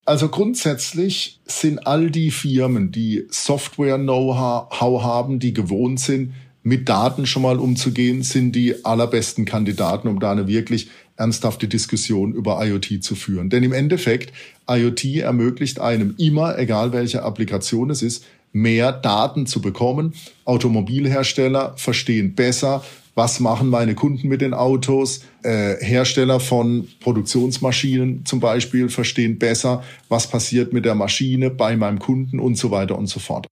Also grundsätzlich sind all die Firmen, die Software-Know-how haben, die gewohnt sind, mit Daten schon mal umzugehen, sind die allerbesten Kandidaten, um da eine wirklich ernsthafte Diskussion über IoT zu führen. Denn im Endeffekt, IoT ermöglicht einem immer, egal welche Applikation es ist, mehr Daten zu bekommen. Automobilhersteller verstehen besser, was machen meine Kunden mit den Autos. Hersteller von Produktionsmaschinen zum Beispiel verstehen besser, was passiert mit der Maschine bei meinem Kunden und so weiter und so fort.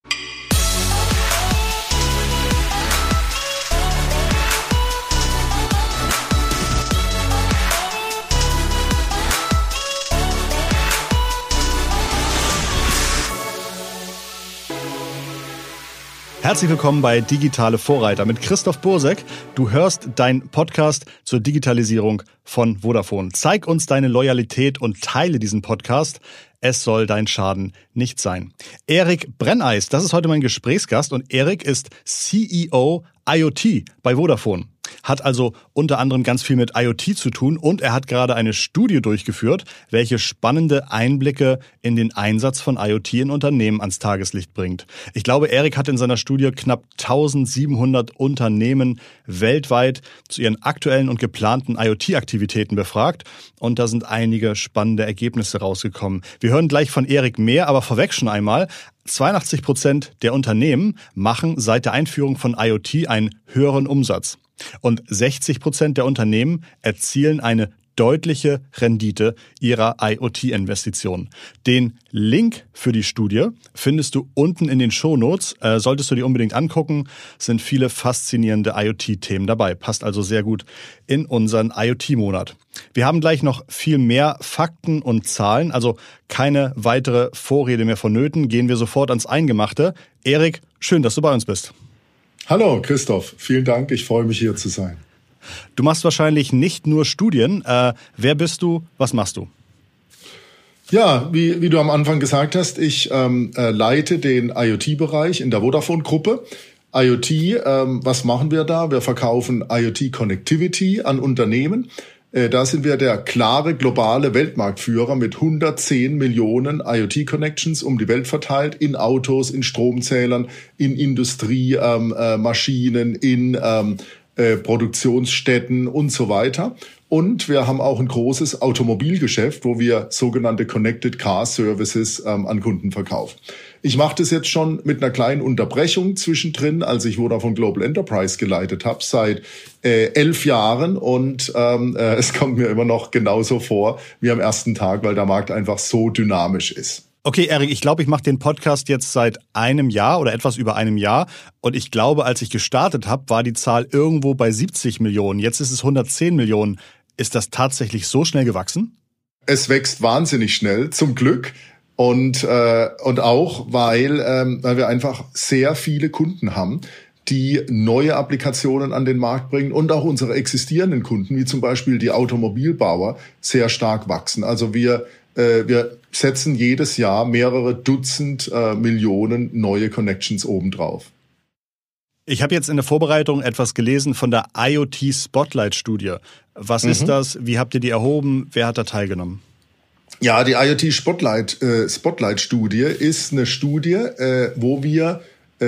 Herzlich willkommen bei Digitale Vorreiter mit Christoph Bursek. Du hörst deinen Podcast zur Digitalisierung von Vodafone. Zeig uns deine Loyalität und teile diesen Podcast. Es soll dein Schaden nicht sein. Erik Brenneis, das ist heute mein Gesprächsgast und Erik ist CEO IoT bei Vodafone. Hat also unter anderem ganz viel mit IoT zu tun und er hat gerade eine Studie durchgeführt, welche spannende Einblicke in den Einsatz von IoT in Unternehmen ans Tageslicht bringt. Ich glaube, Erik hat in seiner Studie knapp 1700 Unternehmen weltweit zu ihren aktuellen und geplanten IoT-Aktivitäten befragt und da sind einige spannende Ergebnisse rausgekommen. Wir hören gleich von Erik mehr, aber vorweg schon einmal, 82% der Unternehmen machen seit der Einführung von IoT einen höheren Umsatz. Und 60% der Unternehmen erzielen eine deutliche Rendite ihrer IoT-Investitionen. Den Link für die Studie findest du unten in den Shownotes. Solltest du dir unbedingt angucken, sind viele faszinierende IoT-Themen dabei. Passt also sehr gut in unseren IoT-Monat. Wir haben gleich noch viel mehr Fakten und Zahlen, also keine weitere Vorrede mehr vonnöten. Gehen wir sofort ans Eingemachte. Erik, schön, dass du bei uns bist. Hallo Christoph, vielen Dank, ich freue mich hier zu sein. Du machst wahrscheinlich nicht nur Studien. Wer bist du, was machst du? Ja, wie du am Anfang gesagt hast, ich leite den IoT-Bereich in der Vodafone-Gruppe. IoT, was machen wir da? Wir verkaufen IoT-Connectivity an Unternehmen. Da sind wir der klare globale Weltmarktführer mit 110 Millionen IoT-Connections um die Welt verteilt, in Autos, in Stromzählern, in Industriemaschinen, in Produktionsstätten und so weiter. Und wir haben auch ein großes Automobilgeschäft, wo wir sogenannte Connected Car Services an Kunden verkaufen. Ich mache das jetzt schon mit einer kleinen Unterbrechung zwischendrin, als ich Vodafone Global Enterprise geleitet habe, seit 11 Jahren. Und es kommt mir immer noch genauso vor wie am ersten Tag, weil der Markt einfach so dynamisch ist. Okay, Erik, ich glaube, ich mache den Podcast jetzt seit einem Jahr oder etwas über einem Jahr. Und ich glaube, als ich gestartet habe, war die Zahl irgendwo bei 70 Millionen. Jetzt ist es 110 Millionen. Ist das tatsächlich so schnell gewachsen? Es wächst wahnsinnig schnell, zum Glück. Und auch, weil wir einfach sehr viele Kunden haben, die neue Applikationen an den Markt bringen und auch unsere existierenden Kunden, wie zum Beispiel die Automobilbauer, sehr stark wachsen. Also wir setzen jedes Jahr mehrere Dutzend Millionen neue Connections obendrauf. Ich habe jetzt in der Vorbereitung etwas gelesen von der IoT Spotlight Studie. Was ist das? Wie habt ihr die erhoben? Wer hat da teilgenommen? Ja, die IoT Spotlight Studie ist eine Studie, wo wir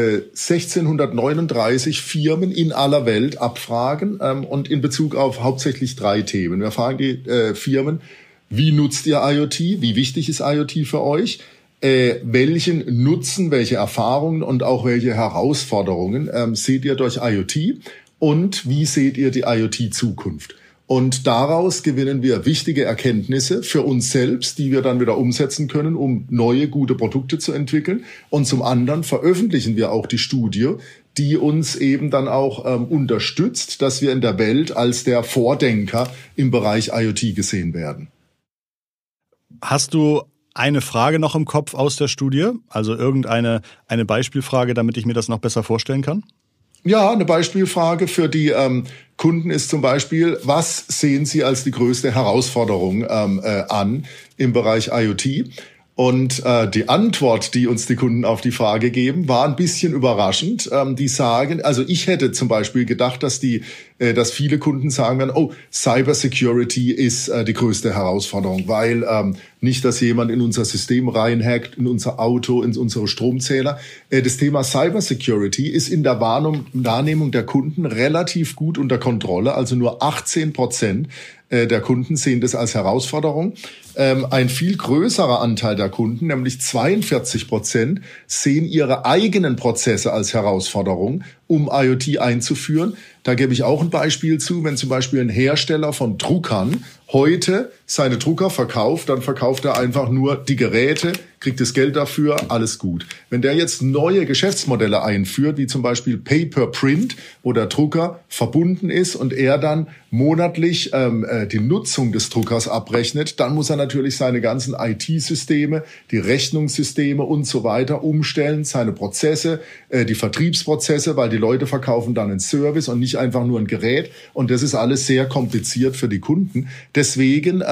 1639 Firmen in aller Welt abfragen und in Bezug auf hauptsächlich 3 Themen. Wir fragen die Firmen, wie nutzt ihr IoT? Wie wichtig ist IoT für euch? Welchen Nutzen, welche Erfahrungen und auch welche Herausforderungen seht ihr durch IoT? Und wie seht ihr die IoT-Zukunft? Und daraus gewinnen wir wichtige Erkenntnisse für uns selbst, die wir dann wieder umsetzen können, um neue, gute Produkte zu entwickeln. Und zum anderen veröffentlichen wir auch die Studie, die uns eben dann auch unterstützt, dass wir in der Welt als der Vordenker im Bereich IoT gesehen werden. Hast du eine Frage noch im Kopf aus der Studie? Also eine Beispielfrage, damit ich mir das noch besser vorstellen kann? Ja, eine Beispielfrage für die Kunden ist zum Beispiel, was sehen Sie als die größte Herausforderung an im Bereich IoT? Und die Antwort, die uns die Kunden auf die Frage geben, war ein bisschen überraschend. Die sagen, also ich hätte zum Beispiel gedacht, dass viele Kunden sagen werden, oh, Cybersecurity ist die größte Herausforderung, weil nicht, dass jemand in unser System reinhackt, in unser Auto, in unsere Stromzähler. Das Thema Cybersecurity ist in der Wahrnehmung der Kunden relativ gut unter Kontrolle. Also nur 18% der Kunden sehen das als Herausforderung. Ein viel größerer Anteil der Kunden, nämlich 42%, sehen ihre eigenen Prozesse als Herausforderung, um IoT einzuführen. Da gebe ich auch ein Beispiel zu. Wenn zum Beispiel ein Hersteller von Druckern heute seine Drucker verkauft, dann verkauft er einfach nur die Geräte, kriegt das Geld dafür, alles gut. Wenn der jetzt neue Geschäftsmodelle einführt, wie zum Beispiel Pay-per-Print, wo der Drucker verbunden ist und er dann monatlich die Nutzung des Druckers abrechnet, dann muss er natürlich seine ganzen IT-Systeme, die Rechnungssysteme und so weiter umstellen, seine Prozesse, die Vertriebsprozesse, weil die Leute verkaufen dann einen Service und nicht einfach nur ein Gerät. Und das ist alles sehr kompliziert für die Kunden. Deswegen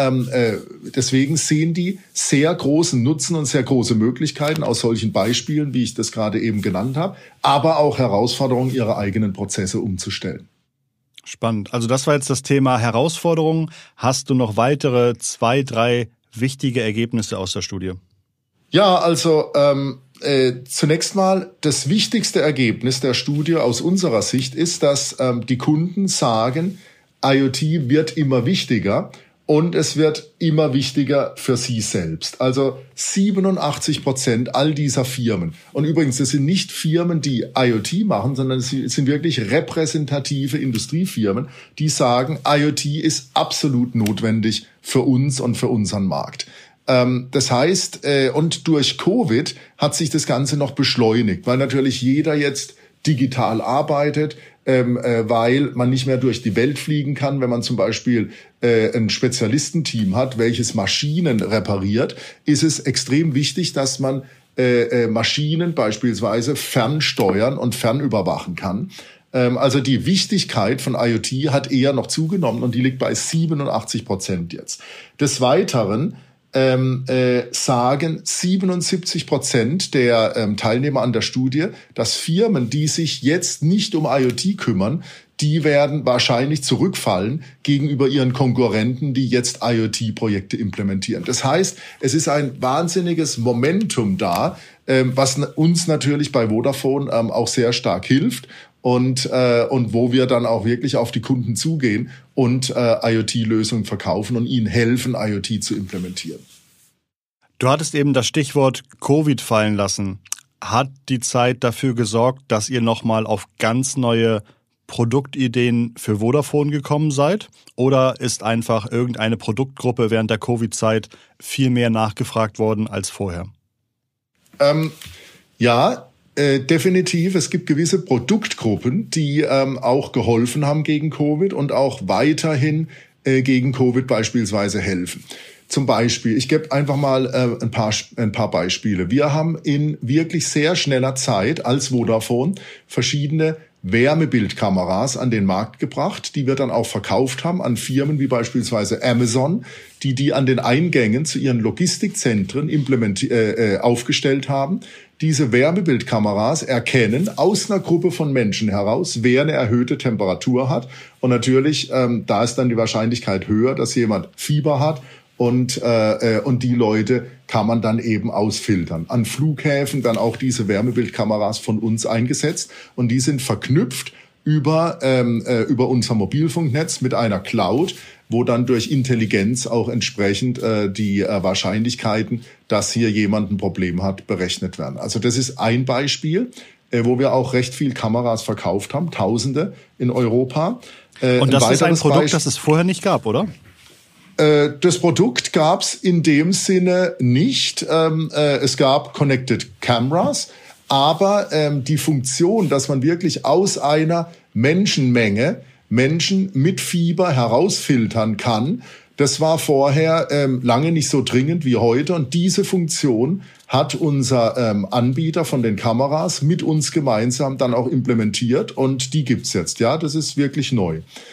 sehen die sehr großen Nutzen und sehr große Möglichkeiten aus solchen Beispielen, wie ich das gerade eben genannt habe, aber auch Herausforderungen, ihre eigenen Prozesse umzustellen. Spannend. Also das war jetzt das Thema Herausforderungen. Hast du noch weitere 2, 3 wichtige Ergebnisse aus der Studie? Ja, also zunächst mal das wichtigste Ergebnis der Studie aus unserer Sicht ist, dass die Kunden sagen, IoT wird immer wichtiger und es wird immer wichtiger für sie selbst. Also 87% all dieser Firmen. Und übrigens, das sind nicht Firmen, die IoT machen, sondern es sind wirklich repräsentative Industriefirmen, die sagen, IoT ist absolut notwendig für uns und für unseren Markt. Das heißt, und durch Covid hat sich das Ganze noch beschleunigt, weil natürlich jeder jetzt digital arbeitet, weil man nicht mehr durch die Welt fliegen kann. Wenn man zum Beispiel ein Spezialistenteam hat, welches Maschinen repariert, ist es extrem wichtig, dass man Maschinen beispielsweise fernsteuern und fernüberwachen kann. Also die Wichtigkeit von IoT hat eher noch zugenommen und die liegt bei 87% jetzt. Des Weiteren sagen 77% der Teilnehmer an der Studie, dass Firmen, die sich jetzt nicht um IoT kümmern, die werden wahrscheinlich zurückfallen gegenüber ihren Konkurrenten, die jetzt IoT-Projekte implementieren. Das heißt, es ist ein wahnsinniges Momentum da, was uns natürlich bei Vodafone auch sehr stark hilft. Und wo wir dann auch wirklich auf die Kunden zugehen und IoT-Lösungen verkaufen und ihnen helfen, IoT zu implementieren. Du hattest eben das Stichwort Covid fallen lassen. Hat die Zeit dafür gesorgt, dass ihr nochmal auf ganz neue Produktideen für Vodafone gekommen seid? Oder ist einfach irgendeine Produktgruppe während der Covid-Zeit viel mehr nachgefragt worden als vorher? Definitiv. Es gibt gewisse Produktgruppen, die auch geholfen haben gegen Covid und auch weiterhin gegen Covid beispielsweise helfen. Zum Beispiel, ich gebe einfach mal ein paar Beispiele. Wir haben in wirklich sehr schneller Zeit als Vodafone verschiedene Wärmebildkameras an den Markt gebracht, die wir dann auch verkauft haben an Firmen wie beispielsweise Amazon, die an den Eingängen zu ihren Logistikzentren aufgestellt haben. Diese Wärmebildkameras erkennen aus einer Gruppe von Menschen heraus, wer eine erhöhte Temperatur hat. Und natürlich, da ist dann die Wahrscheinlichkeit höher, dass jemand Fieber hat. Und die Leute kann man dann eben ausfiltern. An Flughäfen dann auch diese Wärmebildkameras von uns eingesetzt. Und die sind verknüpft über unser Mobilfunknetz mit einer Cloud, wo dann durch Intelligenz auch entsprechend die Wahrscheinlichkeiten, dass hier jemand ein Problem hat, berechnet werden. Also das ist ein Beispiel, wo wir auch recht viel Kameras verkauft haben, Tausende in Europa. Und das ist ein Produkt, das es vorher nicht gab, oder? Das Produkt gab's in dem Sinne nicht. Es gab Connected Cameras, aber die Funktion, dass man wirklich aus einer Menschenmenge Menschen mit Fieber herausfiltern kann, das war vorher lange nicht so dringend wie heute. Und diese Funktion hat unser Anbieter von den Kameras mit uns gemeinsam dann auch implementiert und die gibt's jetzt. Ja, das ist wirklich neu.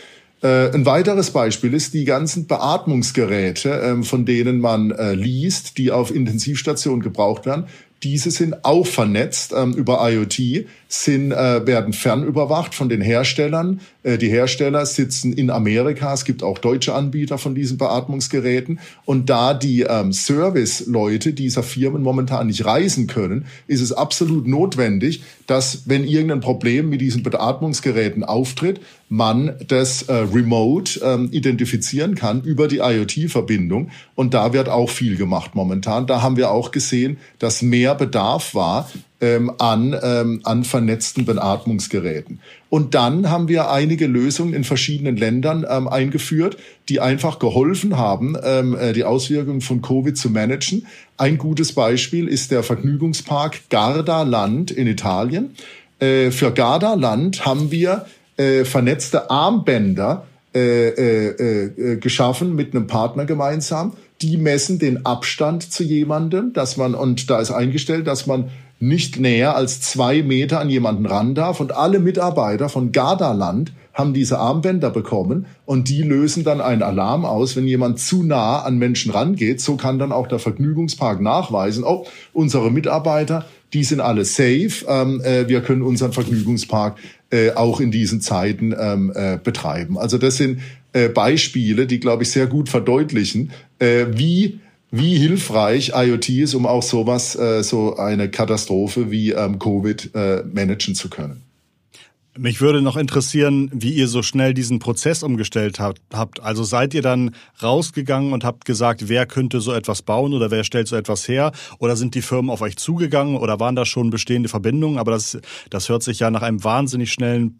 Ein weiteres Beispiel ist die ganzen Beatmungsgeräte, von denen man liest, die auf Intensivstationen gebraucht werden. Diese sind auch vernetzt über IoT, werden fernüberwacht von den Herstellern. Die Hersteller sitzen in Amerika. Es gibt auch deutsche Anbieter von diesen Beatmungsgeräten. Und da die Service-Leute dieser Firmen momentan nicht reisen können, ist es absolut notwendig, dass, wenn irgendein Problem mit diesen Beatmungsgeräten auftritt, man das remote identifizieren kann über die IoT-Verbindung. Und da wird auch viel gemacht momentan. Da haben wir auch gesehen, dass mehr Bedarf war an vernetzten Beatmungsgeräten. Und dann haben wir einige Lösungen in verschiedenen Ländern eingeführt, die einfach geholfen haben, die Auswirkungen von Covid zu managen. Ein gutes Beispiel ist der Vergnügungspark Gardaland in Italien. Für Gardaland haben wir vernetzte Armbänder geschaffen mit einem Partner gemeinsam. Die messen den Abstand zu jemandem, und da ist eingestellt, dass man nicht näher als 2 Meter an jemanden ran darf. Und alle Mitarbeiter von Gardaland haben diese Armbänder bekommen und die lösen dann einen Alarm aus, wenn jemand zu nah an Menschen rangeht. So kann dann auch der Vergnügungspark nachweisen, unsere Mitarbeiter, die sind alle safe. Wir können unseren Vergnügungspark auch in diesen Zeiten betreiben. Also das sind Beispiele, die, glaube ich, sehr gut verdeutlichen, wie hilfreich IoT ist, um auch sowas, so eine Katastrophe wie Covid managen zu können. Mich würde noch interessieren, wie ihr so schnell diesen Prozess umgestellt habt. Also seid ihr dann rausgegangen und habt gesagt, wer könnte so etwas bauen oder wer stellt so etwas her? Oder sind die Firmen auf euch zugegangen oder waren da schon bestehende Verbindungen? Aber das hört sich ja nach einem wahnsinnig schnellen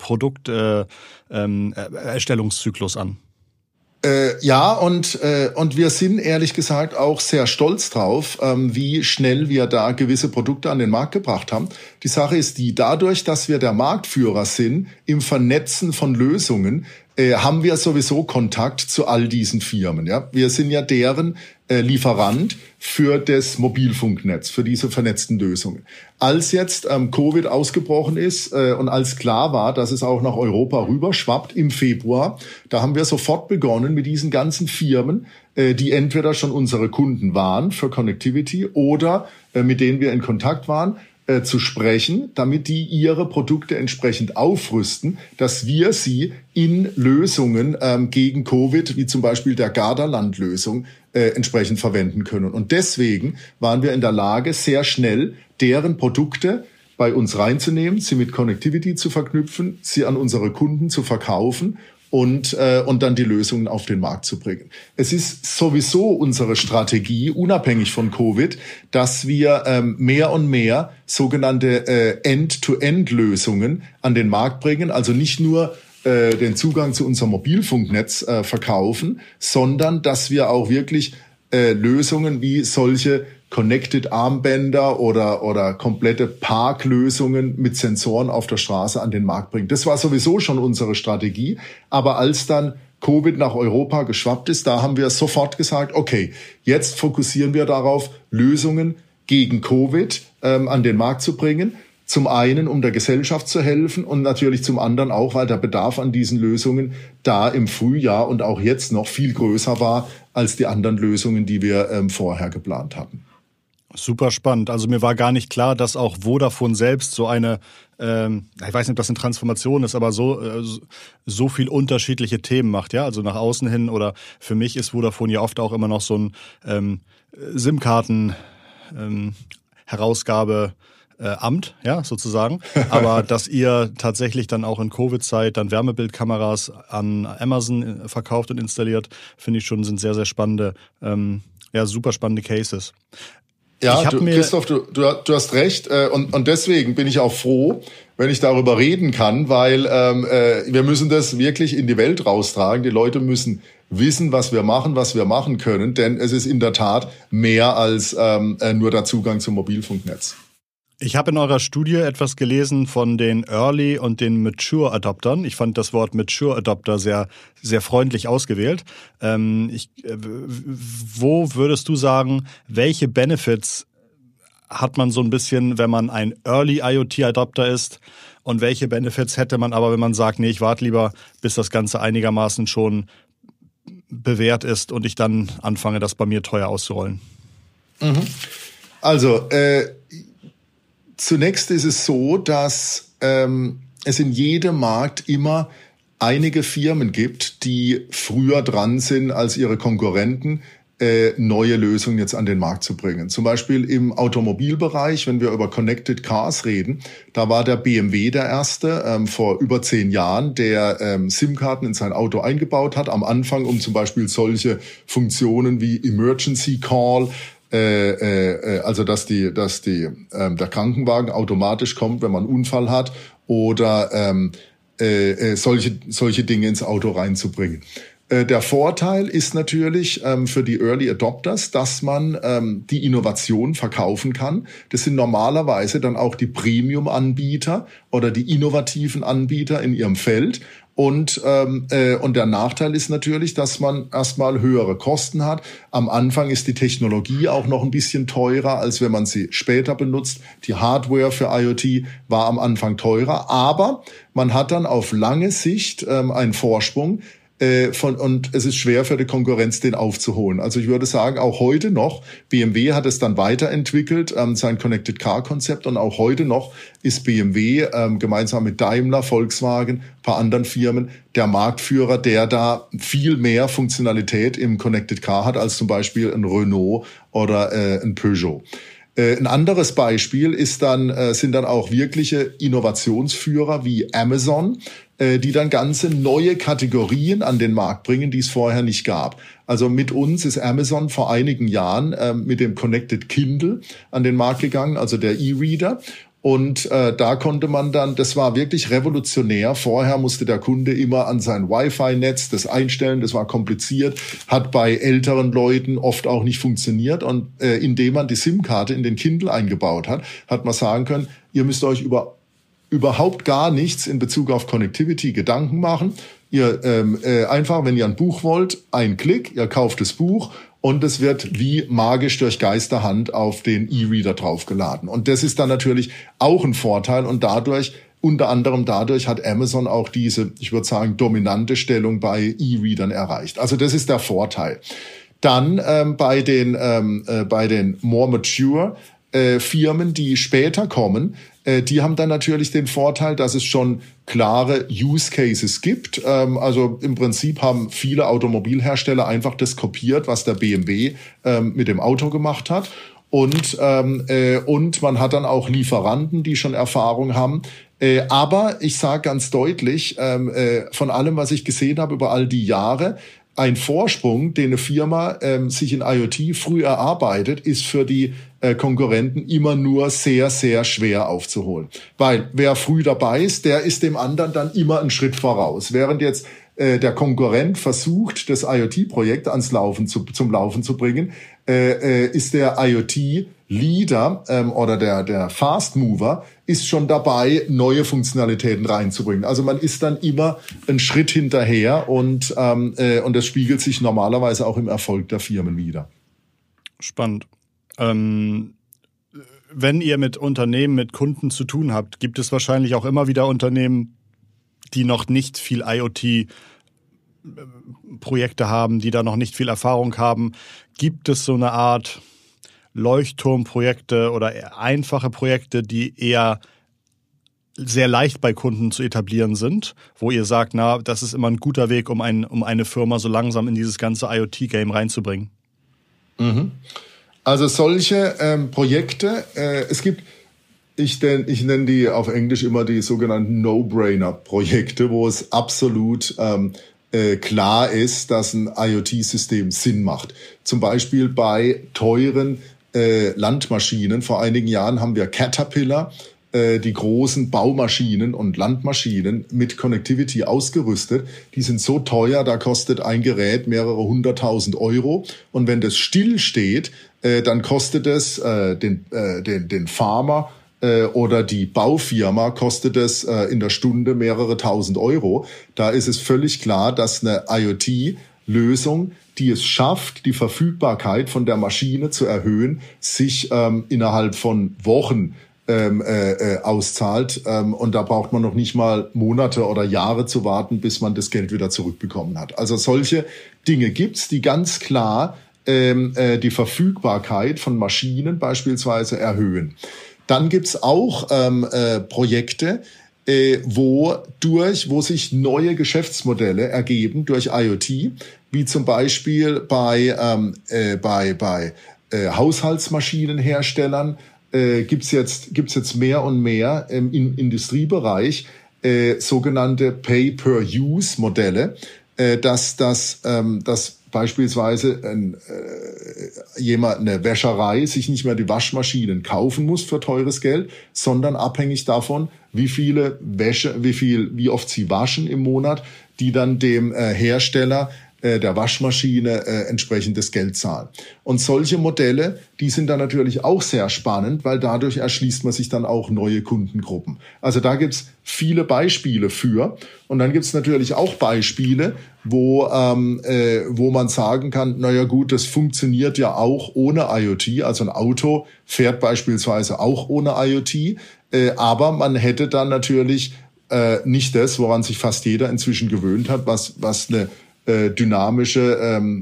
Erstellungszyklus an. Ja, und wir sind ehrlich gesagt auch sehr stolz drauf, wie schnell wir da gewisse Produkte an den Markt gebracht haben. Die Sache ist die, dadurch, dass wir der Marktführer sind im Vernetzen von Lösungen, haben wir sowieso Kontakt zu all diesen Firmen. Ja, wir sind ja deren Lieferant für das Mobilfunknetz, für diese vernetzten Lösungen. Als jetzt Covid ausgebrochen ist und als klar war, dass es auch nach Europa rüberschwappt im Februar, da haben wir sofort begonnen mit diesen ganzen Firmen, die entweder schon unsere Kunden waren für Connectivity oder mit denen wir in Kontakt waren, zu sprechen, damit die ihre Produkte entsprechend aufrüsten, dass wir sie in Lösungen gegen Covid, wie zum Beispiel der Gardaland-Lösung, entsprechend verwenden können. Und deswegen waren wir in der Lage, sehr schnell deren Produkte bei uns reinzunehmen, sie mit Connectivity zu verknüpfen, sie an unsere Kunden zu verkaufen und dann die Lösungen auf den Markt zu bringen. Es ist sowieso unsere Strategie, unabhängig von Covid, dass wir mehr und mehr sogenannte End-to-End-Lösungen an den Markt bringen, also nicht nur den Zugang zu unserem Mobilfunknetz verkaufen, sondern dass wir auch wirklich Lösungen wie solche Connected Armbänder oder komplette Parklösungen mit Sensoren auf der Straße an den Markt bringen. Das war sowieso schon unsere Strategie. Aber als dann Covid nach Europa geschwappt ist, da haben wir sofort gesagt, okay, jetzt fokussieren wir darauf, Lösungen gegen Covid an den Markt zu bringen. Zum einen, um der Gesellschaft zu helfen und natürlich zum anderen auch, weil der Bedarf an diesen Lösungen da im Frühjahr und auch jetzt noch viel größer war als die anderen Lösungen, die wir vorher geplant hatten. Super spannend. Also mir war gar nicht klar, dass auch Vodafone selbst so eine, ich weiß nicht, ob das eine Transformation ist, aber so viel unterschiedliche Themen macht. Ja, also nach außen hin oder für mich ist Vodafone ja oft auch immer noch so ein SIM-Karten Herausgabe Amt, ja, sozusagen. Aber dass ihr tatsächlich dann auch in Covid-Zeit dann Wärmebildkameras an Amazon verkauft und installiert, finde ich schon, sind sehr, sehr spannende, super spannende Cases. Ja, Christoph, du hast recht. Und deswegen bin ich auch froh, wenn ich darüber reden kann, weil wir müssen das wirklich in die Welt raustragen. Die Leute müssen wissen, was wir machen können, denn es ist in der Tat mehr als nur der Zugang zum Mobilfunknetz. Ich habe in eurer Studie etwas gelesen von den Early und den Mature Adoptern. Ich fand das Wort Mature Adopter sehr, sehr freundlich ausgewählt. Wo würdest du sagen, welche Benefits hat man so ein bisschen, wenn man ein Early IoT-Adopter ist? Und welche Benefits hätte man aber, wenn man sagt, nee, ich warte lieber, bis das Ganze einigermaßen schon bewährt ist und ich dann anfange, das bei mir teuer auszurollen? Also, zunächst ist es so, dass es in jedem Markt immer einige Firmen gibt, die früher dran sind als ihre Konkurrenten, neue Lösungen jetzt an den Markt zu bringen. Zum Beispiel im Automobilbereich, wenn wir über Connected Cars reden, da war der BMW der Erste vor über 10 Jahren, der SIM-Karten in sein Auto eingebaut hat. Am Anfang, um zum Beispiel solche Funktionen wie Emergency Call, also dass der Krankenwagen automatisch kommt, wenn man einen Unfall hat, oder solche Dinge ins Auto reinzubringen. Der Vorteil ist natürlich für die Early Adopters, dass man die Innovation verkaufen kann. Das sind normalerweise dann auch die Premium-Anbieter oder die innovativen Anbieter in ihrem Feld. Und der Nachteil ist natürlich, dass man erstmal höhere Kosten hat. Am Anfang ist die Technologie auch noch ein bisschen teurer, als wenn man sie später benutzt. Die Hardware für IoT war am Anfang teurer, aber man hat dann auf lange Sicht einen Vorsprung. Und es ist schwer für die Konkurrenz, den aufzuholen. Also ich würde sagen, auch heute noch, BMW hat es dann weiterentwickelt, sein Connected Car Konzept, und auch heute noch ist BMW gemeinsam mit Daimler, Volkswagen, ein paar anderen Firmen der Marktführer, der da viel mehr Funktionalität im Connected Car hat als zum Beispiel ein Renault oder ein Peugeot. Ein anderes Beispiel sind dann auch wirkliche Innovationsführer wie Amazon, die dann ganze neue Kategorien an den Markt bringen, die es vorher nicht gab. Also mit uns ist Amazon vor einigen Jahren mit dem Connected Kindle an den Markt gegangen, also der E-Reader. Und da konnte man dann, das war wirklich revolutionär. Vorher musste der Kunde immer an sein Wi-Fi-Netz das einstellen. Das war kompliziert, hat bei älteren Leuten oft auch nicht funktioniert. Und indem man die SIM-Karte in den Kindle eingebaut hat, hat man sagen können, ihr müsst euch überhaupt gar nichts in Bezug auf Connectivity Gedanken machen. Ihr einfach, wenn ihr ein Buch wollt, ein Klick, ihr kauft das Buch. Und es wird wie magisch durch Geisterhand auf den E-Reader draufgeladen. Und das ist dann natürlich auch ein Vorteil. Und unter anderem dadurch hat Amazon auch diese, ich würde sagen, dominante Stellung bei E-Readern erreicht. Also das ist der Vorteil. Dann bei den more mature Firmen, die später kommen, die haben dann natürlich den Vorteil, dass es schon klare Use Cases gibt. Also im Prinzip haben viele Automobilhersteller einfach das kopiert, was der BMW mit dem Auto gemacht hat. Und man hat dann auch Lieferanten, die schon Erfahrung haben. Aber ich sage ganz deutlich, von allem, was ich gesehen habe über all die Jahre, ein Vorsprung, den eine Firma sich in IoT früh erarbeitet, ist für die Konkurrenten immer nur sehr, sehr schwer aufzuholen. Weil wer früh dabei ist, der ist dem anderen dann immer einen Schritt voraus. Während jetzt der Konkurrent versucht, das IoT-Projekt zum Laufen zu bringen, ist der IoT-Leader oder der Fast Mover ist schon dabei, neue Funktionalitäten reinzubringen. Also man ist dann immer einen Schritt hinterher und das spiegelt sich normalerweise auch im Erfolg der Firmen wider. Spannend. Wenn ihr mit Unternehmen, mit Kunden zu tun habt, gibt es wahrscheinlich auch immer wieder Unternehmen, die noch nicht viel IoT-Projekte haben, die da noch nicht viel Erfahrung haben. Gibt es so eine Art Leuchtturmprojekte oder einfache Projekte, die eher sehr leicht bei Kunden zu etablieren sind, wo ihr sagt, na, das ist immer ein guter Weg, um eine Firma so langsam in dieses ganze IoT-Game reinzubringen? Mhm. Also solche Projekte, es gibt, ich nenne die auf Englisch immer die sogenannten No-Brainer-Projekte, wo es absolut klar ist, dass ein IoT-System Sinn macht. Zum Beispiel bei teuren Landmaschinen. Vor einigen Jahren haben wir Caterpillar, die großen Baumaschinen und Landmaschinen mit Connectivity ausgerüstet. Die sind so teuer, da kostet ein Gerät mehrere 100.000 Euro. Und wenn das still steht, dann kostet es den Farmer oder die Baufirma kostet es in der Stunde mehrere 1.000 Euro. Da ist es völlig klar, dass eine IoT Lösung, die es schafft, die Verfügbarkeit von der Maschine zu erhöhen, sich innerhalb von Wochen auszahlt. Und da braucht man noch nicht mal Monate oder Jahre zu warten, bis man das Geld wieder zurückbekommen hat. Also solche Dinge gibt's, die ganz klar die Verfügbarkeit von Maschinen beispielsweise erhöhen. Dann gibt's auch Projekte, wo sich neue Geschäftsmodelle ergeben durch IoT, wie zum Beispiel bei Haushaltsmaschinenherstellern gibt's jetzt mehr und mehr im Industriebereich sogenannte Pay-per-Use-Modelle, dass beispielsweise eine Wäscherei sich nicht mehr die Waschmaschinen kaufen muss für teures Geld, sondern abhängig davon, wie oft sie waschen im Monat, die dann dem Hersteller der Waschmaschine entsprechendes Geld zahlen. Und solche Modelle, die sind dann natürlich auch sehr spannend, weil dadurch erschließt man sich dann auch neue Kundengruppen. Also da gibt's viele Beispiele für. Und dann gibt's natürlich auch Beispiele, wo man sagen kann, naja gut, das funktioniert ja auch ohne IoT. Also ein Auto fährt beispielsweise auch ohne IoT. Aber man hätte dann natürlich nicht das, woran sich fast jeder inzwischen gewöhnt hat, was eine dynamische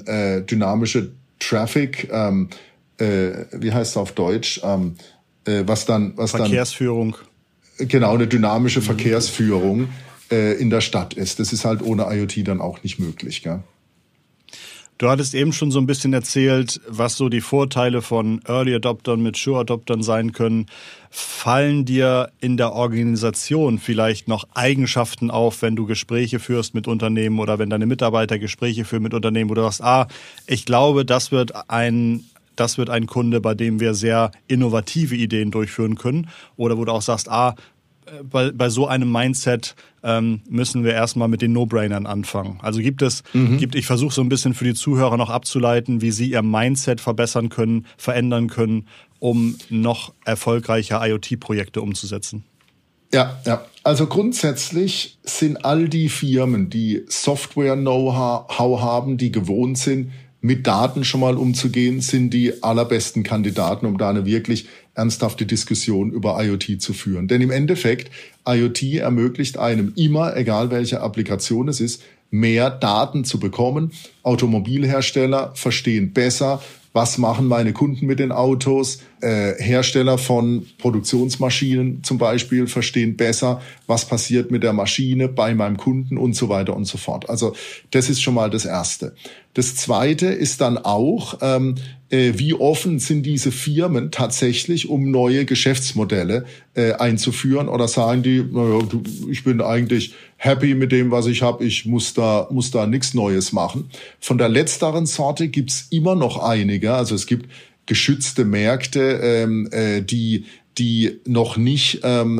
Traffic, wie heißt es auf Deutsch, was dann Verkehrsführung. Genau, eine dynamische Verkehrsführung in der Stadt ist. Das ist halt ohne IoT dann auch nicht möglich, gell? Du hattest eben schon so ein bisschen erzählt, was so die Vorteile von Early Adoptern mit Sure Adoptern sein können. Fallen dir in der Organisation vielleicht noch Eigenschaften auf, wenn du Gespräche führst mit Unternehmen oder wenn deine Mitarbeiter Gespräche führen mit Unternehmen, wo du sagst, ich glaube, das wird ein Kunde, bei dem wir sehr innovative Ideen durchführen können, oder wo du auch sagst, bei so einem Mindset müssen wir erstmal mit den No-Brainern anfangen. Also ich versuche so ein bisschen für die Zuhörer noch abzuleiten, wie sie ihr Mindset verbessern können, verändern können, um noch erfolgreicher IoT-Projekte umzusetzen. Ja. Also grundsätzlich sind all die Firmen, die Software-Know-how haben, die gewohnt sind, mit Daten schon mal umzugehen, sind die allerbesten Kandidaten, um da eine wirklich ernsthafte Diskussion über IoT zu führen. Denn im Endeffekt, IoT ermöglicht einem immer, egal welche Applikation es ist, mehr Daten zu bekommen. Automobilhersteller verstehen besser, was machen meine Kunden mit den Autos. Hersteller von Produktionsmaschinen zum Beispiel verstehen besser, was passiert mit der Maschine bei meinem Kunden und so weiter und so fort. Also das ist schon mal das Erste. Das Zweite ist dann auch, wie offen sind diese Firmen tatsächlich, um neue Geschäftsmodelle einzuführen, oder sagen die, naja, ich bin eigentlich happy mit dem, was ich habe, ich muss da nichts Neues machen. Von der letzteren Sorte gibt's immer noch einige, also es gibt geschützte Märkte, die noch nicht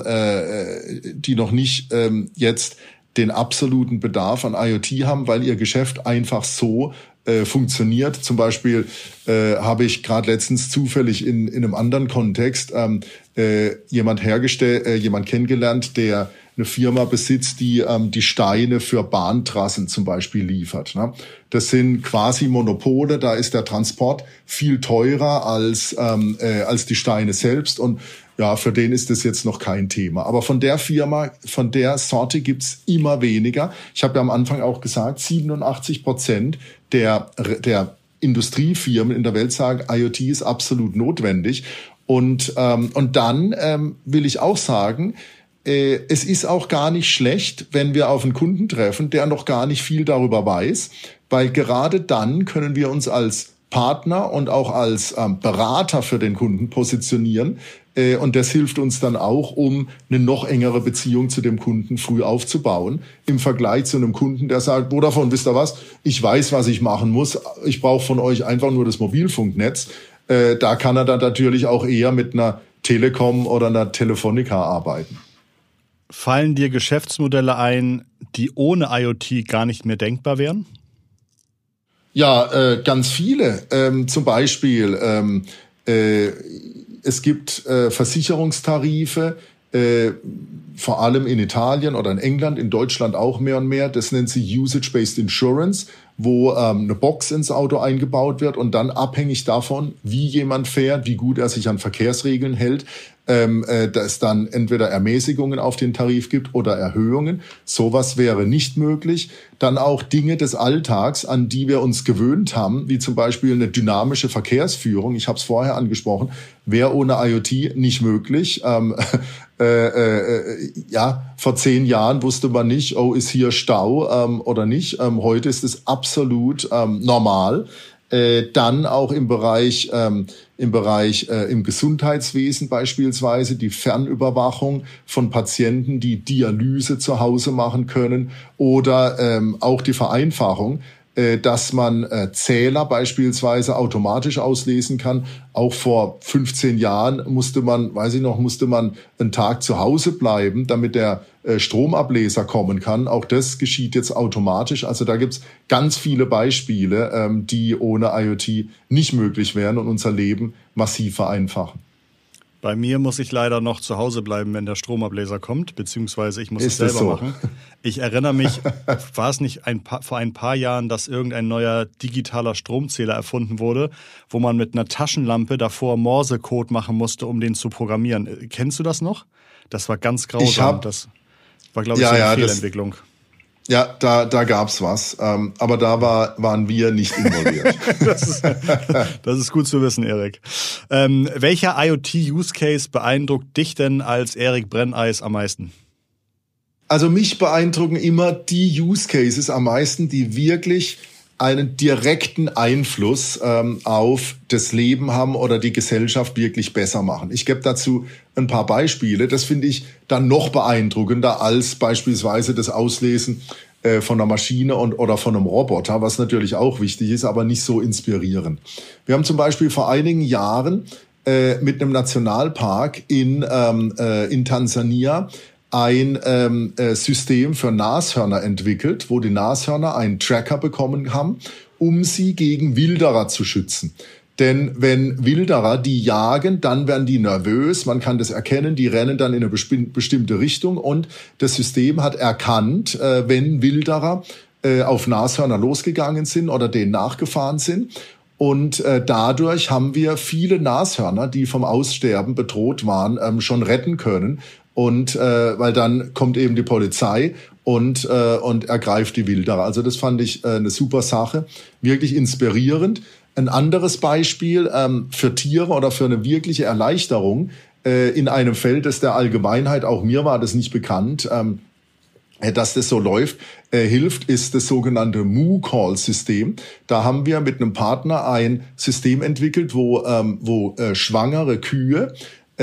jetzt den absoluten Bedarf an IoT haben, weil ihr Geschäft einfach so funktioniert. Zum Beispiel habe ich gerade letztens zufällig in einem anderen Kontext jemand kennengelernt, der eine Firma besitzt, die die Steine für Bahntrassen zum Beispiel liefert. Ne? Das sind quasi Monopole, da ist der Transport viel teurer als die Steine selbst, und ja, für den ist das jetzt noch kein Thema. Aber von der Firma, von der Sorte gibt's immer weniger. Ich habe ja am Anfang auch gesagt, 87% der Industriefirmen in der Welt sagen, IoT ist absolut notwendig. Und dann will ich auch sagen, es ist auch gar nicht schlecht, wenn wir auf einen Kunden treffen, der noch gar nicht viel darüber weiß, weil gerade dann können wir uns als Partner und auch als Berater für den Kunden positionieren. Und das hilft uns dann auch, um eine noch engere Beziehung zu dem Kunden früh aufzubauen, im Vergleich zu einem Kunden, der sagt, Vodafone, wisst ihr was, ich weiß, was ich machen muss, ich brauche von euch einfach nur das Mobilfunknetz. Da kann er dann natürlich auch eher mit einer Telekom oder einer Telefonica arbeiten. Fallen dir Geschäftsmodelle ein, die ohne IoT gar nicht mehr denkbar wären? Ja, ganz viele. Zum Beispiel, es gibt Versicherungstarife, vor allem in Italien oder in England, in Deutschland auch mehr und mehr. Das nennt sich Usage-Based Insurance, wo eine Box ins Auto eingebaut wird und dann abhängig davon, wie jemand fährt, wie gut er sich an Verkehrsregeln hält, dass es dann entweder Ermäßigungen auf den Tarif gibt oder Erhöhungen. Sowas wäre nicht möglich. Dann auch Dinge des Alltags, an die wir uns gewöhnt haben, wie zum Beispiel eine dynamische Verkehrsführung. Ich habe es vorher angesprochen, wäre ohne IoT nicht möglich. Vor 10 Jahren wusste man nicht, oh, ist hier Stau oder nicht. Heute ist es absolut normal. Dann auch im Gesundheitswesen beispielsweise die Fernüberwachung von Patienten, die Dialyse zu Hause machen können, oder auch die Vereinfachung, dass man Zähler beispielsweise automatisch auslesen kann. Auch vor 15 Jahren musste man einen Tag zu Hause bleiben, damit der Stromableser kommen kann. Auch das geschieht jetzt automatisch. Also da gibt's ganz viele Beispiele, die ohne IoT nicht möglich wären und unser Leben massiv vereinfachen. Bei mir muss ich leider noch zu Hause bleiben, wenn der Stromableser kommt, beziehungsweise ich muss es selber machen. Ich erinnere mich, war es nicht vor ein paar Jahren, dass irgendein neuer digitaler Stromzähler erfunden wurde, wo man mit einer Taschenlampe davor Morsecode machen musste, um den zu programmieren. Kennst du das noch? Das war ganz grausam. Das war, glaube ich, so eine Fehlentwicklung. Ja, da gab's was, aber da waren wir nicht involviert. Das ist gut zu wissen, Erik. Welcher IoT-Use-Case beeindruckt dich denn als Erik Brenneis am meisten? Also mich beeindrucken immer die Use-Cases am meisten, die wirklich einen direkten Einfluss auf das Leben haben oder die Gesellschaft wirklich besser machen. Ich gebe dazu ein paar Beispiele. Das finde ich dann noch beeindruckender als beispielsweise das Auslesen von einer Maschine oder von einem Roboter, was natürlich auch wichtig ist, aber nicht so inspirierend. Wir haben zum Beispiel vor einigen Jahren mit einem Nationalpark in Tansania ein System für Nashörner entwickelt, wo die Nashörner einen Tracker bekommen haben, um sie gegen Wilderer zu schützen. Denn wenn Wilderer die jagen, dann werden die nervös, man kann das erkennen, die rennen dann in eine bestimmte Richtung und das System hat erkannt, wenn Wilderer auf Nashörner losgegangen sind oder denen nachgefahren sind. Und dadurch haben wir viele Nashörner, die vom Aussterben bedroht waren, schon retten können. Und weil dann kommt eben die Polizei und ergreift die Wilderer. Also das fand ich eine super Sache, wirklich inspirierend. Ein anderes Beispiel für Tiere oder für eine wirkliche Erleichterung in einem Feld, das der Allgemeinheit, auch mir war das nicht bekannt, dass das so läuft, hilft, ist das sogenannte Moo-Call-System. Da haben wir mit einem Partner ein System entwickelt, wo schwangere Kühe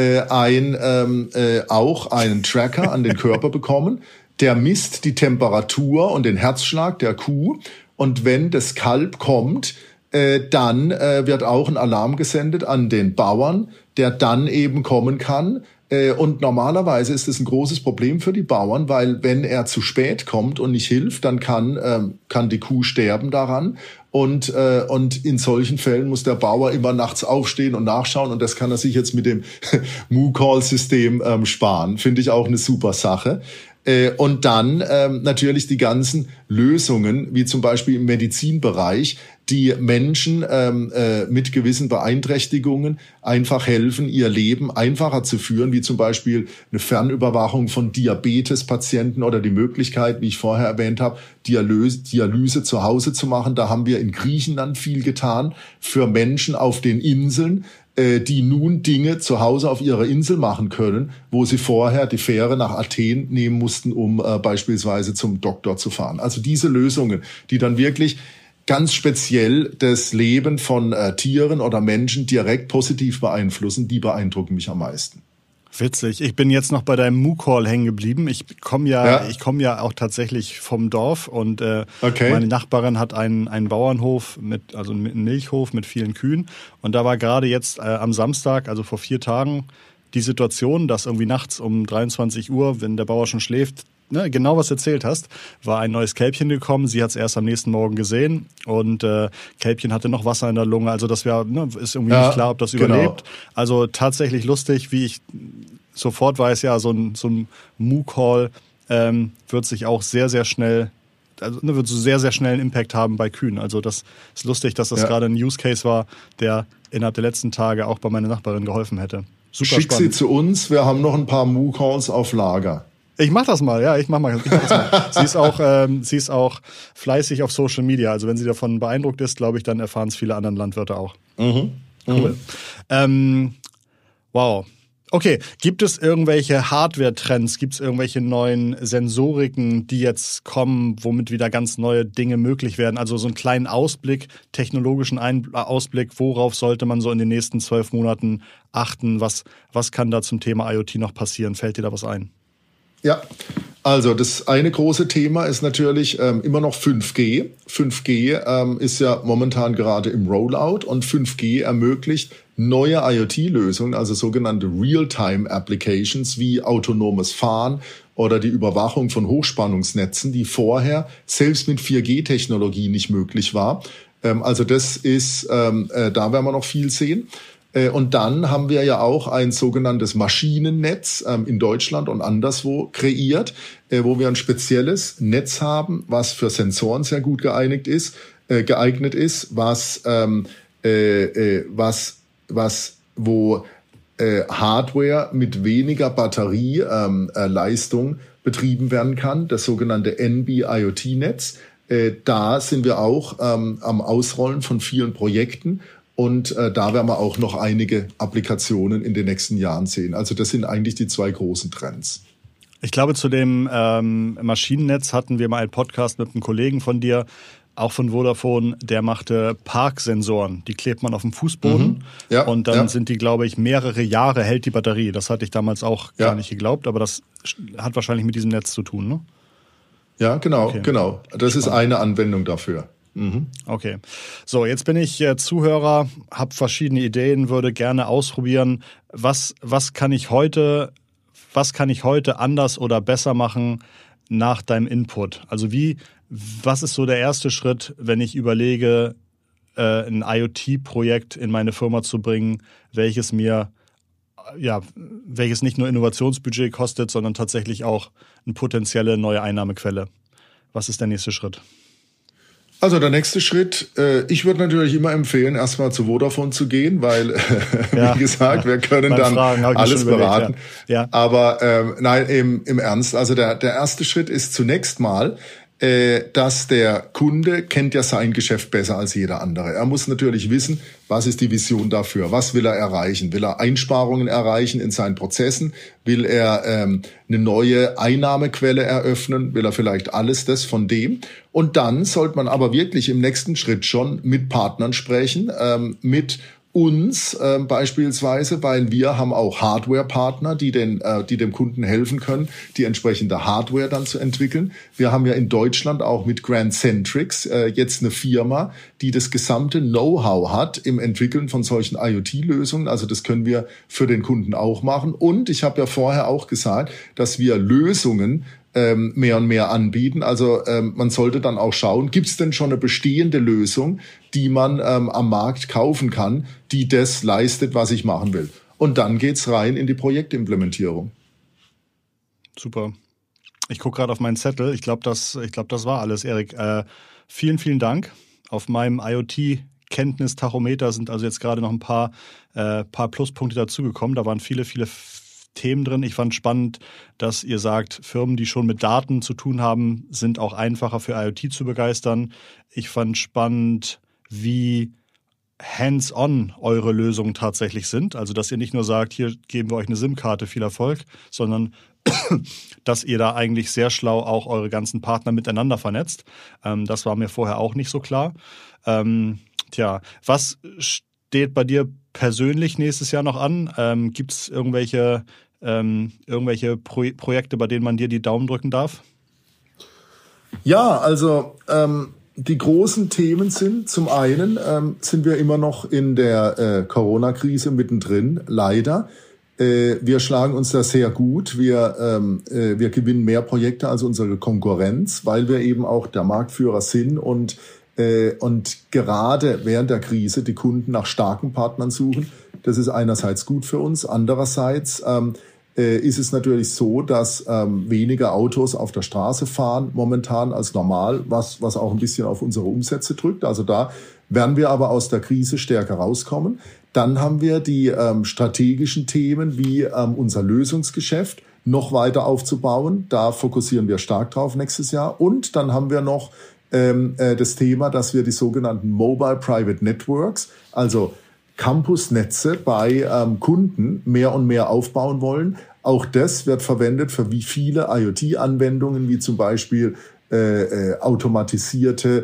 auch einen Tracker an den Körper bekommen. Der misst die Temperatur und den Herzschlag der Kuh. Und wenn das Kalb kommt, dann wird auch ein Alarm gesendet an den Bauern, der dann eben kommen kann. Und normalerweise ist es ein großes Problem für die Bauern, weil wenn er zu spät kommt und nicht hilft, dann kann die Kuh sterben daran. Und in solchen Fällen muss der Bauer immer nachts aufstehen und nachschauen. Und das kann er sich jetzt mit dem Moo-Call-System sparen. Finde ich auch eine super Sache. Und dann natürlich die ganzen Lösungen, wie zum Beispiel im Medizinbereich, die Menschen mit gewissen Beeinträchtigungen einfach helfen, ihr Leben einfacher zu führen, wie zum Beispiel eine Fernüberwachung von Diabetespatienten oder die Möglichkeit, wie ich vorher erwähnt habe, Dialyse zu Hause zu machen. Da haben wir in Griechenland viel getan für Menschen auf den Inseln, die nun Dinge zu Hause auf ihrer Insel machen können, wo sie vorher die Fähre nach Athen nehmen mussten, um beispielsweise zum Doktor zu fahren. Also diese Lösungen, die dann wirklich ganz speziell das Leben von Tieren oder Menschen direkt positiv beeinflussen, die beeindrucken mich am meisten. Witzig. Ich bin jetzt noch bei deinem Moo-Call hängen geblieben. Ich komme ja auch tatsächlich vom Dorf und meine Nachbarin hat einen Bauernhof also einen Milchhof mit vielen Kühen. Und da war gerade jetzt am Samstag, also vor 4 Tagen, die Situation, dass irgendwie nachts um 23 Uhr, wenn der Bauer schon schläft, genau was du erzählt hast, war ein neues Kälbchen gekommen. Sie hat es erst am nächsten Morgen gesehen und Kälbchen hatte noch Wasser in der Lunge. Also das ist irgendwie nicht klar, ob das überlebt. Also tatsächlich lustig, wie ich sofort weiß, ja, so ein MOOC-Call wird sich auch sehr, sehr schnell, also wird so sehr, sehr schnell einen Impact haben bei Kühen. Also das ist lustig, dass das gerade ein Use Case war, der innerhalb der letzten Tage auch bei meiner Nachbarin geholfen hätte. Super Schick spannend. sie zu uns, wir haben noch ein paar MOOC-Calls auf Lager. Ich mach das mal, ja, ich mach das mal. Sie ist auch fleißig auf Social Media. Also wenn sie davon beeindruckt ist, glaube ich, dann erfahren es viele andere Landwirte auch. Cool. Wow. Okay, gibt es irgendwelche Hardware-Trends? Gibt es irgendwelche neuen Sensoriken, die jetzt kommen, womit wieder ganz neue Dinge möglich werden? Also so einen kleinen Ausblick, technologischen Ausblick, worauf sollte man so in den nächsten 12 Monaten achten? Was kann da zum Thema IoT noch passieren? Fällt dir da was ein? Ja, also das eine große Thema ist natürlich immer noch 5G. 5G ist ja momentan gerade im Rollout und 5G ermöglicht neue IoT-Lösungen, also sogenannte Real-Time-Applications wie autonomes Fahren oder die Überwachung von Hochspannungsnetzen, die vorher selbst mit 4G-Technologie nicht möglich war. Also das ist, da werden wir noch viel sehen. Und dann haben wir ja auch ein sogenanntes Maschinennetz in Deutschland und anderswo kreiert, wo wir ein spezielles Netz haben, was für Sensoren sehr gut geeignet ist, wo Hardware mit weniger Batterieleistung betrieben werden kann, das sogenannte NB-IoT-Netz. Da sind wir auch am Ausrollen von vielen Projekten. Und da werden wir auch noch einige Applikationen in den nächsten Jahren sehen. Also das sind eigentlich die zwei großen Trends. Ich glaube, zu dem Maschinennetz hatten wir mal einen Podcast mit einem Kollegen von dir, auch von Vodafone, der machte Parksensoren. Die klebt man auf dem Fußboden und dann sind die, glaube ich, mehrere Jahre hält die Batterie. Das hatte ich damals auch gar nicht geglaubt, aber das hat wahrscheinlich mit diesem Netz zu tun, ne? Ja, genau. Das ist eine Anwendung dafür. Okay. So, jetzt bin ich Zuhörer, habe verschiedene Ideen, würde gerne ausprobieren. Was kann ich heute anders oder besser machen nach deinem Input? Also was ist so der erste Schritt, wenn ich überlege, ein IoT-Projekt in meine Firma zu bringen, welches nicht nur Innovationsbudget kostet, sondern tatsächlich auch eine potenzielle neue Einnahmequelle? Was ist der nächste Schritt? Also der nächste Schritt, ich würde natürlich immer empfehlen, erstmal zu Vodafone zu gehen, weil, wie gesagt, wir können dann alles beraten. Ja. Aber nein, im Ernst, also der erste Schritt ist zunächst mal, dass der Kunde kennt ja sein Geschäft besser als jeder andere. Er muss natürlich wissen, was ist die Vision dafür? Was will er erreichen? Will er Einsparungen erreichen in seinen Prozessen? Will er eine neue Einnahmequelle eröffnen? Will er vielleicht alles das von dem? Und dann sollte man aber wirklich im nächsten Schritt schon mit Partnern sprechen, mit uns beispielsweise, weil wir haben auch Hardware-Partner, die dem Kunden helfen können, die entsprechende Hardware dann zu entwickeln. Wir haben ja in Deutschland auch mit Grandcentrix jetzt eine Firma, die das gesamte Know-how hat im Entwickeln von solchen IoT-Lösungen. Also das können wir für den Kunden auch machen. Und ich habe ja vorher auch gesagt, dass wir Lösungen mehr und mehr anbieten. Also man sollte dann auch schauen, gibt es denn schon eine bestehende Lösung, die man am Markt kaufen kann, die das leistet, was ich machen will. Und dann geht's rein in die Projektimplementierung. Super. Ich gucke gerade auf meinen Zettel. Ich glaube, das war alles, Erik. Vielen, vielen Dank. Auf meinem IoT-Kenntnistachometer sind also jetzt gerade noch ein paar Pluspunkte dazugekommen. Da waren viele, viele Themen drin. Ich fand spannend, dass ihr sagt, Firmen, die schon mit Daten zu tun haben, sind auch einfacher für IoT zu begeistern. Ich fand spannend, wie hands-on eure Lösungen tatsächlich sind. Also, dass ihr nicht nur sagt, hier geben wir euch eine SIM-Karte, viel Erfolg, sondern dass ihr da eigentlich sehr schlau auch eure ganzen Partner miteinander vernetzt. Das war mir vorher auch nicht so klar. Was steht bei dir persönlich nächstes Jahr noch an? Gibt es irgendwelche Projekte, bei denen man dir die Daumen drücken darf? Ja, also die großen Themen sind, zum einen sind wir immer noch in der Corona-Krise mittendrin, leider. Wir schlagen uns da sehr gut. Wir gewinnen mehr Projekte als unsere Konkurrenz, weil wir eben auch der Marktführer sind und gerade während der Krise die Kunden nach starken Partnern suchen. Das ist einerseits gut für uns. Andererseits ist es natürlich so, dass weniger Autos auf der Straße fahren momentan als normal, was auch ein bisschen auf unsere Umsätze drückt. Also da werden wir aber aus der Krise stärker rauskommen. Dann haben wir die strategischen Themen wie unser Lösungsgeschäft noch weiter aufzubauen. Da fokussieren wir stark drauf nächstes Jahr. Und dann haben wir noch das Thema, dass wir die sogenannten Mobile Private Networks, also Campusnetze bei Kunden mehr und mehr aufbauen wollen. Auch das wird verwendet für wie viele IoT-Anwendungen, wie zum Beispiel automatisierte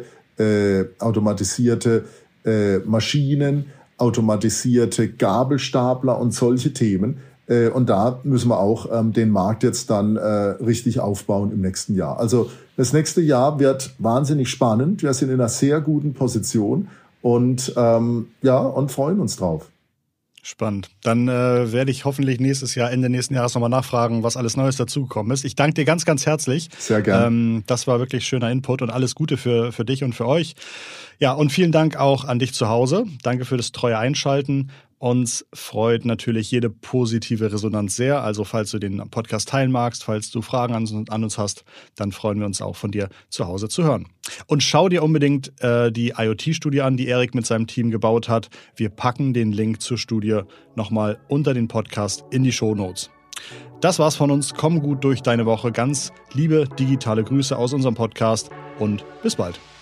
Maschinen, automatisierte Gabelstapler und solche Themen. Und da müssen wir auch den Markt jetzt dann richtig aufbauen im nächsten Jahr. Also das nächste Jahr wird wahnsinnig spannend. Wir sind in einer sehr guten Position und und freuen uns drauf. Spannend. Dann werde ich hoffentlich Ende nächsten Jahres nochmal nachfragen, was alles Neues dazugekommen ist. Ich danke dir ganz, ganz herzlich. Sehr gerne. Das war wirklich schöner Input und alles Gute für dich und für euch. Ja, und vielen Dank auch an dich zu Hause. Danke für das treue Einschalten. Uns freut natürlich jede positive Resonanz sehr. Also falls du den Podcast teilen magst, falls du Fragen an uns hast, dann freuen wir uns auch von dir zu Hause zu hören. Und schau dir unbedingt die IoT-Studie an, die Erik mit seinem Team gebaut hat. Wir packen den Link zur Studie nochmal unter den Podcast in die Shownotes. Das war's von uns. Komm gut durch deine Woche. Ganz liebe digitale Grüße aus unserem Podcast und bis bald.